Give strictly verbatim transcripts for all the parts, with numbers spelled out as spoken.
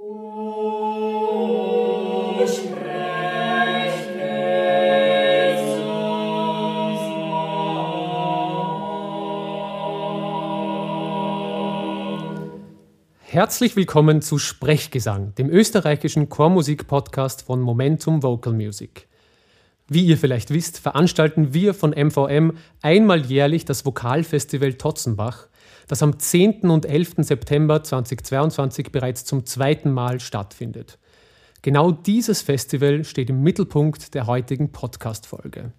Herzlich willkommen zu Sprechgesang, dem österreichischen Chormusik-Podcast von Momentum Vocal Music. Wie ihr vielleicht wisst, veranstalten wir von M V M einmal jährlich das Vokalfestival Totzenbach, das am zehnten und elften September zweitausendzweiundzwanzig bereits zum zweiten Mal stattfindet. Genau dieses Festival steht im Mittelpunkt der heutigen Podcast-Folge.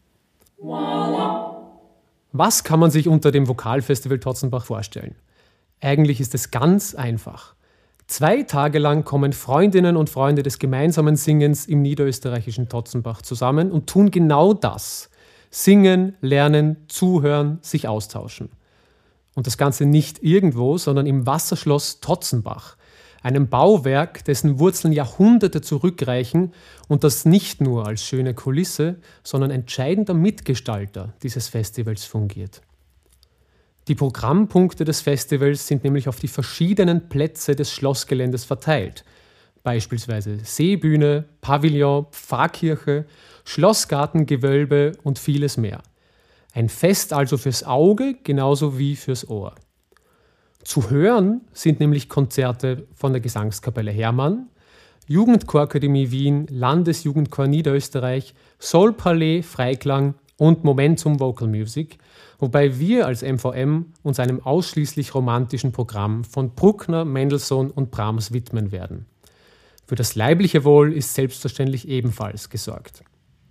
Was kann man sich unter dem Vokalfestival Totzenbach vorstellen? Eigentlich ist es ganz einfach. Zwei Tage lang kommen Freundinnen und Freunde des gemeinsamen Singens im niederösterreichischen Totzenbach zusammen und tun genau das. Singen, lernen, zuhören, sich austauschen. Und das Ganze nicht irgendwo, sondern im Wasserschloss Totzenbach, einem Bauwerk, dessen Wurzeln Jahrhunderte zurückreichen und das nicht nur als schöne Kulisse, sondern entscheidender Mitgestalter dieses Festivals fungiert. Die Programmpunkte des Festivals sind nämlich auf die verschiedenen Plätze des Schlossgeländes verteilt. Beispielsweise Seebühne, Pavillon, Pfarrkirche, Schlossgarten, Gewölbe und vieles mehr. Ein Fest also fürs Auge genauso wie fürs Ohr. Zu hören sind nämlich Konzerte von der Gesangskapelle Hermann, Jugendchorakademie Wien, Landesjugendchor Niederösterreich, Soulpalais, Freiklang und Momentum Vocal Music, wobei wir als M V M uns einem ausschließlich romantischen Programm von Bruckner, Mendelssohn und Brahms widmen werden. Für das leibliche Wohl ist selbstverständlich ebenfalls gesorgt.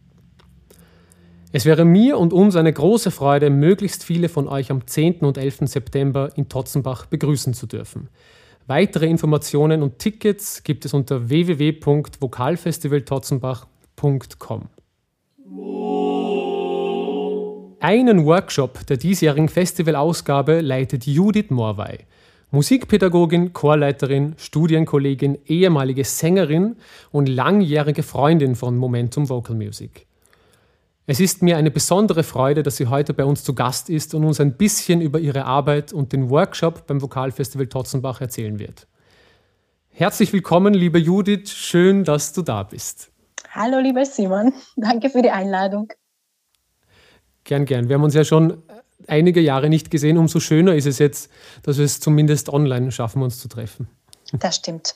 Es wäre mir und uns eine große Freude, möglichst viele von euch am zehnten und elften September in Totzenbach begrüßen zu dürfen. Weitere Informationen und Tickets gibt es unter w w w punkt vokalfestivaltotzenbach punkt com. Einen Workshop der diesjährigen Festivalausgabe leitet Judith Morvay, Musikpädagogin, Chorleiterin, Studienkollegin, ehemalige Sängerin und langjährige Freundin von Momentum Vocal Music. Es ist mir eine besondere Freude, dass sie heute bei uns zu Gast ist und uns ein bisschen über ihre Arbeit und den Workshop beim Vokalfestival Totzenbach erzählen wird. Herzlich willkommen, liebe Judith, schön, dass du da bist. Hallo, lieber Simon, danke für die Einladung. Gern, gern. Wir haben uns ja schon einige Jahre nicht gesehen. Umso schöner ist es jetzt, dass wir es zumindest online schaffen, uns zu treffen. Das stimmt.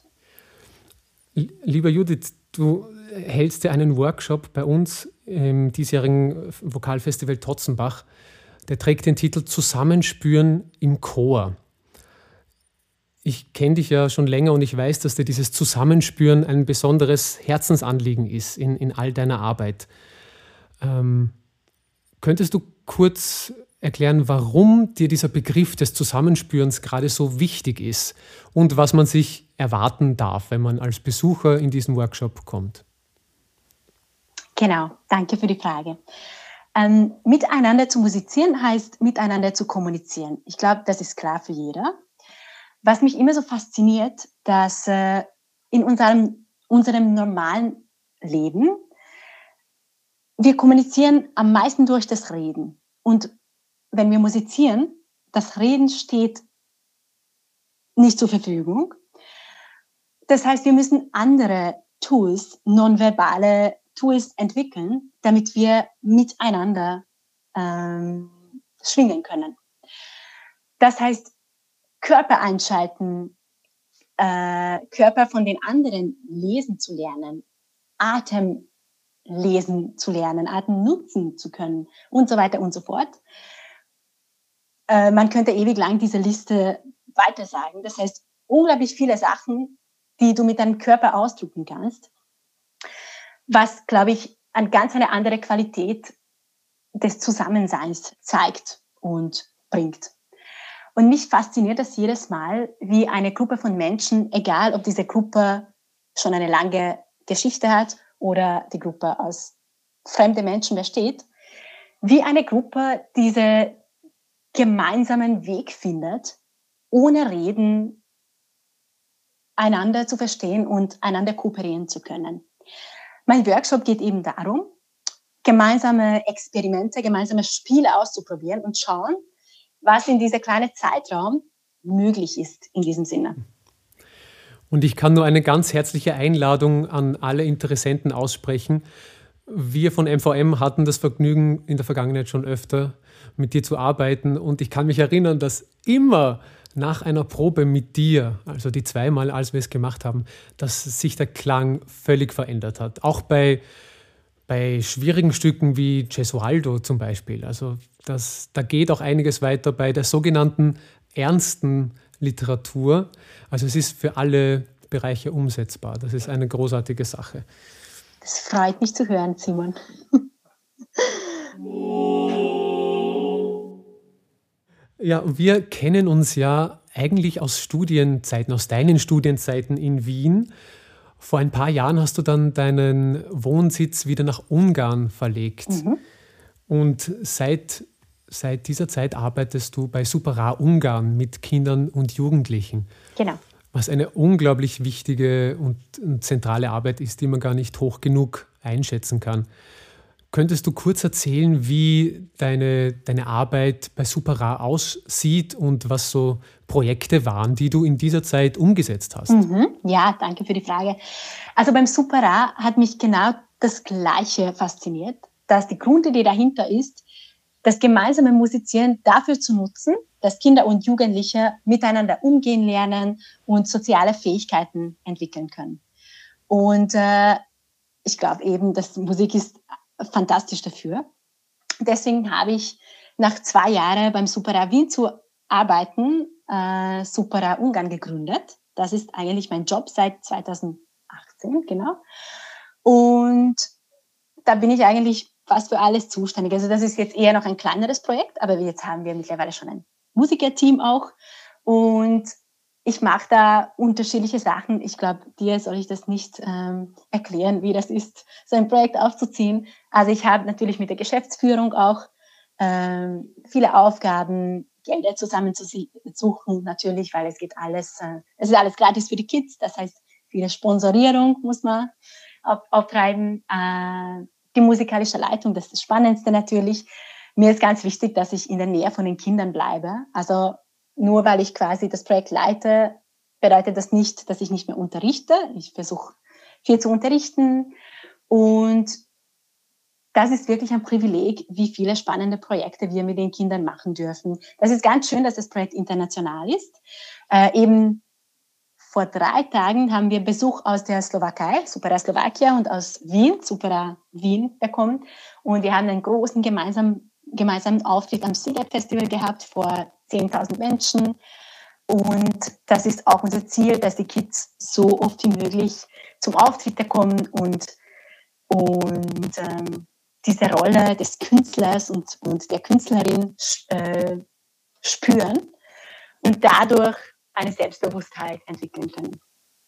Lieber Judith, du hältst ja einen Workshop bei uns im diesjährigen Vokalfestival Totzenbach. Der trägt den Titel Zusammenspüren im Chor. Ich kenne dich ja schon länger und ich weiß, dass dir dieses Zusammenspüren ein besonderes Herzensanliegen ist in, in all deiner Arbeit. Ähm, Könntest du kurz erklären, warum dir dieser Begriff des Zusammenspürens gerade so wichtig ist und was man sich erwarten darf, wenn man als Besucher in diesen Workshop kommt? Genau, danke für die Frage. Ähm, miteinander zu musizieren heißt, miteinander zu kommunizieren. Ich glaube, das ist klar für jeder. Was mich immer so fasziniert, dass äh, in unserem, unserem normalen Leben wir kommunizieren am meisten durch das Reden. Und wenn wir musizieren, das Reden steht nicht zur Verfügung. Das heißt, wir müssen andere Tools, nonverbale Tools entwickeln, damit wir miteinander ähm, schwingen können. Das heißt, Körper einschalten, äh, Körper von den anderen lesen zu lernen, Atem lesen zu lernen, Atem nutzen zu können und so weiter und so fort. Äh, man könnte ewig lang diese Liste weiter sagen. Das heißt, unglaublich viele Sachen, die du mit deinem Körper ausdrücken kannst, was, glaube ich, eine ganz eine andere Qualität des Zusammenseins zeigt und bringt. Und mich fasziniert das jedes Mal, wie eine Gruppe von Menschen, egal ob diese Gruppe schon eine lange Geschichte hat oder die Gruppe aus fremden Menschen besteht, wie eine Gruppe diese gemeinsamen Weg findet, ohne Reden einander zu verstehen und einander kooperieren zu können. Mein Workshop geht eben darum, gemeinsame Experimente, gemeinsame Spiele auszuprobieren und schauen, was in diesem kleinen Zeitraum möglich ist in diesem Sinne. Und ich kann nur eine ganz herzliche Einladung an alle Interessenten aussprechen. Wir von M V M hatten das Vergnügen, in der Vergangenheit schon öfter mit dir zu arbeiten. Und ich kann mich erinnern, dass immer nach einer Probe mit dir, also die zweimal, als wir es gemacht haben, dass sich der Klang völlig verändert hat. Auch bei, bei schwierigen Stücken wie Gesualdo zum Beispiel. Also das, da geht auch einiges weiter bei der sogenannten ernsten Literatur. Also es ist für alle Bereiche umsetzbar. Das ist eine großartige Sache. Das freut mich zu hören, Simon. Ja, wir kennen uns ja eigentlich aus Studienzeiten, aus deinen Studienzeiten in Wien. Vor ein paar Jahren hast du dann deinen Wohnsitz wieder nach Ungarn verlegt. Mhm. Und seit, seit dieser Zeit arbeitest du bei Supera Ungarn mit Kindern und Jugendlichen. Genau. Was eine unglaublich wichtige und zentrale Arbeit ist, die man gar nicht hoch genug einschätzen kann. Könntest du kurz erzählen, wie deine, deine Arbeit bei Supera aussieht und was so Projekte waren, die du in dieser Zeit umgesetzt hast? Mhm. Ja, danke für die Frage. Also beim Supera hat mich genau das Gleiche fasziniert, dass die Grundidee dahinter ist, das gemeinsame Musizieren dafür zu nutzen, dass Kinder und Jugendliche miteinander umgehen lernen und soziale Fähigkeiten entwickeln können. Und äh, ich glaube eben, dass Musik ist fantastisch dafür. Deswegen habe ich nach zwei Jahren beim Supera Wien zu arbeiten, äh, Supera Ungarn gegründet. Das ist eigentlich mein Job seit zweitausendachtzehn, genau. Und da bin ich eigentlich fast für alles zuständig. Also das ist jetzt eher noch ein kleineres Projekt, aber jetzt haben wir mittlerweile schon ein Musikerteam auch. Und ich mache da unterschiedliche Sachen. Ich glaube, dir soll ich das nicht ähm, erklären, wie das ist, so ein Projekt aufzuziehen. Also ich habe natürlich mit der Geschäftsführung auch ähm, viele Aufgaben, Gelder zusammenzusuchen, natürlich, weil es geht alles, äh, es ist alles gratis für die Kids. Das heißt, viele Sponsorierung muss man auf, auftreiben. Äh, die musikalische Leitung, das ist das Spannendste natürlich. Mir ist ganz wichtig, dass ich in der Nähe von den Kindern bleibe. Also nur weil ich quasi das Projekt leite, bedeutet das nicht, dass ich nicht mehr unterrichte. Ich versuche viel zu unterrichten und das ist wirklich ein Privileg, wie viele spannende Projekte wir mit den Kindern machen dürfen. Das ist ganz schön, dass das Projekt international ist. Äh, eben vor drei Tagen haben wir Besuch aus der Slowakei, Supera Slowakia und aus Wien, Supera Wien bekommen und wir haben einen großen gemeinsamen gemeinsamen Auftritt am Sieger-Festival gehabt vor zehntausend Menschen. Und das ist auch unser Ziel, dass die Kids so oft wie möglich zum Auftritt kommen und, und ähm, diese Rolle des Künstlers und, und der Künstlerin äh, spüren und dadurch eine Selbstbewusstheit entwickeln können.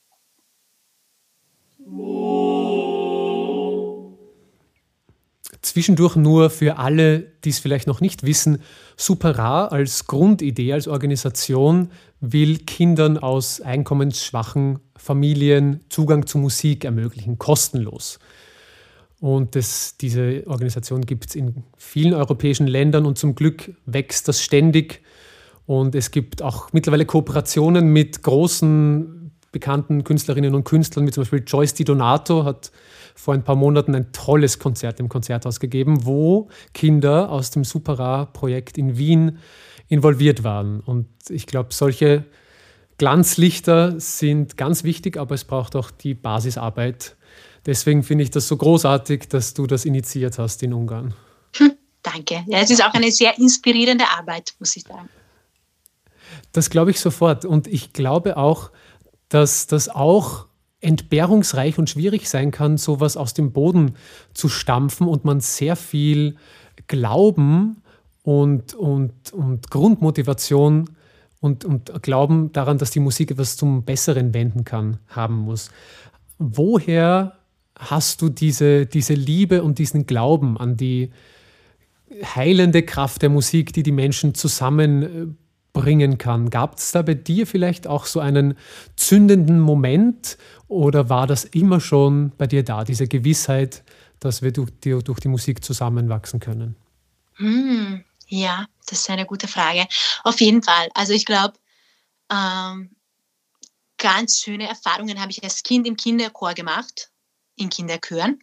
Zwischendurch nur für alle, die es vielleicht noch nicht wissen, Supera als Grundidee, als Organisation will Kindern aus einkommensschwachen Familien Zugang zu Musik ermöglichen, kostenlos. Und das, diese Organisation gibt es in vielen europäischen Ländern und zum Glück wächst das ständig. Und es gibt auch mittlerweile Kooperationen mit großen bekannten Künstlerinnen und Künstlern, wie zum Beispiel Joyce Di Donato hat vor ein paar Monaten ein tolles Konzert im Konzerthaus gegeben, wo Kinder aus dem Supera-Projekt in Wien involviert waren. Und ich glaube, solche Glanzlichter sind ganz wichtig, aber es braucht auch die Basisarbeit. Deswegen finde ich das so großartig, dass du das initiiert hast in Ungarn. Hm, danke. Ja, es ist auch eine sehr inspirierende Arbeit, muss ich sagen. Das glaube ich sofort. Und ich glaube auch, dass das auch entbehrungsreich und schwierig sein kann, sowas aus dem Boden zu stampfen und man sehr viel Glauben und, und, und Grundmotivation und, und Glauben daran, dass die Musik etwas zum Besseren wenden kann, haben muss. Woher hast du diese, diese Liebe und diesen Glauben an die heilende Kraft der Musik, die die Menschen zusammenbringen kann? Gab es da bei dir vielleicht auch so einen zündenden Moment oder war das immer schon bei dir da, diese Gewissheit, dass wir durch die, durch die Musik zusammenwachsen können? Hm, ja, das ist eine gute Frage. Auf jeden Fall. Also ich glaube, ähm, ganz schöne Erfahrungen habe ich als Kind im Kinderchor gemacht, in Kinderchören,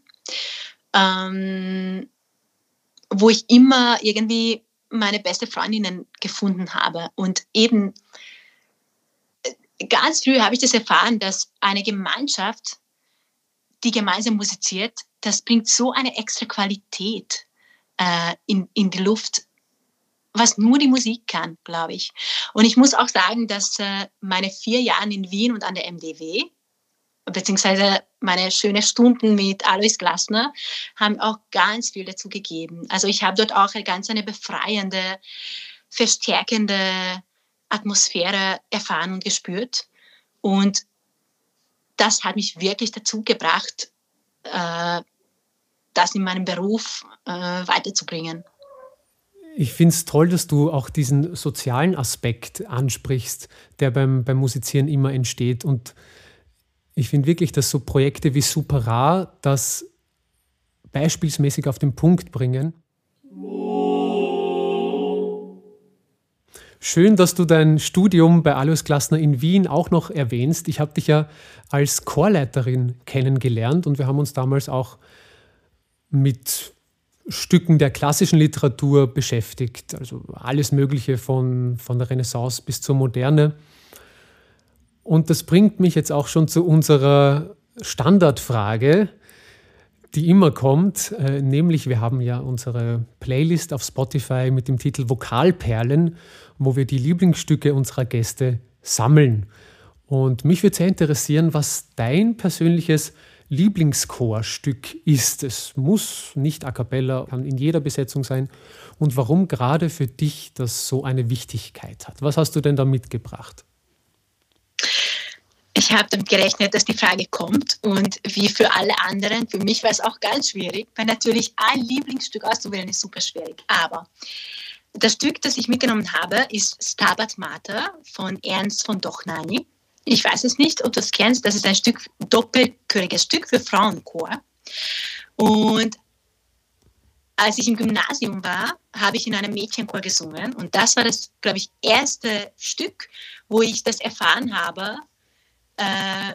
ähm, wo ich immer irgendwie meine beste Freundinnen gefunden habe. Und eben ganz früh habe ich das erfahren, dass eine Gemeinschaft, die gemeinsam musiziert, das bringt so eine extra Qualität äh, in, in die Luft, was nur die Musik kann, glaube ich. Und ich muss auch sagen, dass äh, meine vier Jahre in Wien und an der M D W, beziehungsweise meine schönen Stunden mit Alois Glasner, haben auch ganz viel dazu gegeben. Also ich habe dort auch eine ganz eine befreiende, verstärkende Atmosphäre erfahren und gespürt. Und das hat mich wirklich dazu gebracht, äh, das in meinem Beruf äh, weiterzubringen. Ich finde es toll, dass du auch diesen sozialen Aspekt ansprichst, der beim, beim Musizieren immer entsteht. Und ich finde wirklich, dass so Projekte wie Super Rar das beispielsmäßig auf den Punkt bringen. Schön, dass du dein Studium bei Alois Glasner in Wien auch noch erwähnst. Ich habe dich ja als Chorleiterin kennengelernt und wir haben uns damals auch mit Stücken der klassischen Literatur beschäftigt. Also alles Mögliche von, von der Renaissance bis zur Moderne. Und das bringt mich jetzt auch schon zu unserer Standardfrage, die immer kommt, äh, nämlich wir haben ja unsere Playlist auf Spotify mit dem Titel Vokalperlen, wo wir die Lieblingsstücke unserer Gäste sammeln. Und mich würde sehr interessieren, was dein persönliches Lieblingschorstück ist. Es muss nicht a cappella, kann in jeder Besetzung sein. Und warum gerade für dich das so eine Wichtigkeit hat? Was hast du denn da mitgebracht? Ich habe damit gerechnet, dass die Frage kommt und wie für alle anderen, für mich war es auch ganz schwierig, weil natürlich ein Lieblingsstück auszuwählen ist super schwierig. Aber das Stück, das ich mitgenommen habe, ist Stabat Mater von Ernst von Dochnani. Ich weiß es nicht, ob du es kennst. Das ist ein Stück, doppelchöriges Stück für Frauenchor. Und als ich im Gymnasium war, habe ich in einem Mädchenchor gesungen. Und das war das, glaube ich, erste Stück, wo ich das erfahren habe, äh,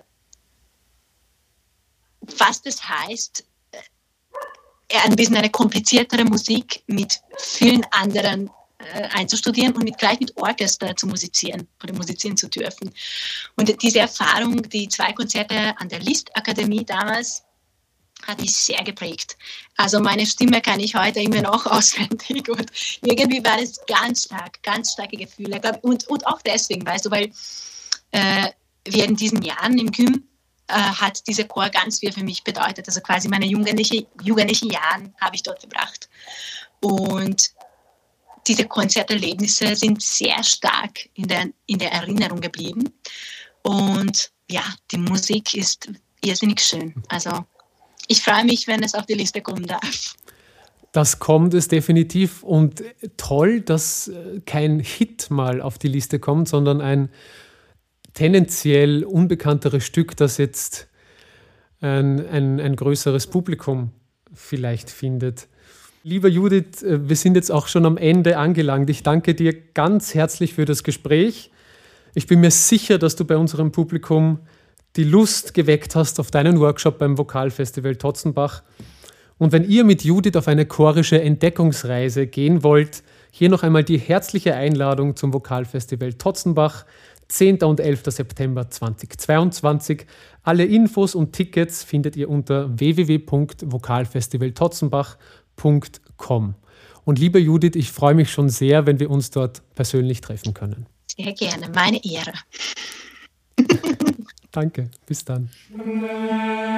was das heißt, äh, ein bisschen eine kompliziertere Musik mit vielen anderen äh, einzustudieren und mit, gleich mit Orchester zu musizieren oder musizieren zu dürfen. Und diese Erfahrung, die zwei Konzerte an der Liszt-Akademie damals, hat mich sehr geprägt. Also meine Stimme kann ich heute immer noch auswendig und irgendwie war es ganz stark, ganz starke Gefühle. Und, und auch deswegen, weißt du, weil äh, während diesen Jahren im Gym äh, hat dieser Chor ganz viel für mich bedeutet. Also quasi meine jugendliche, jugendlichen Jahren habe ich dort verbracht. Und diese Konzerterlebnisse sind sehr stark in der, in der Erinnerung geblieben. Und ja, die Musik ist irrsinnig schön. Also ich freue mich, wenn es auf die Liste kommen darf. Das kommt es definitiv. Und toll, dass kein Hit mal auf die Liste kommt, sondern ein tendenziell unbekannteres Stück, das jetzt ein, ein, ein größeres Publikum vielleicht findet. Lieber Judith, wir sind jetzt auch schon am Ende angelangt. Ich danke dir ganz herzlich für das Gespräch. Ich bin mir sicher, dass du bei unserem Publikum die Lust geweckt hast auf deinen Workshop beim Vokalfestival Totzenbach. Und wenn ihr mit Judith auf eine chorische Entdeckungsreise gehen wollt, hier noch einmal die herzliche Einladung zum Vokalfestival Totzenbach, zehnten und elften September zweitausendzweiundzwanzig. Alle Infos und Tickets findet ihr unter w w w punkt vokalfestivaltotzenbach punkt com. Und liebe Judith, ich freue mich schon sehr, wenn wir uns dort persönlich treffen können. Sehr gerne, meine Ehre. Danke, bis dann.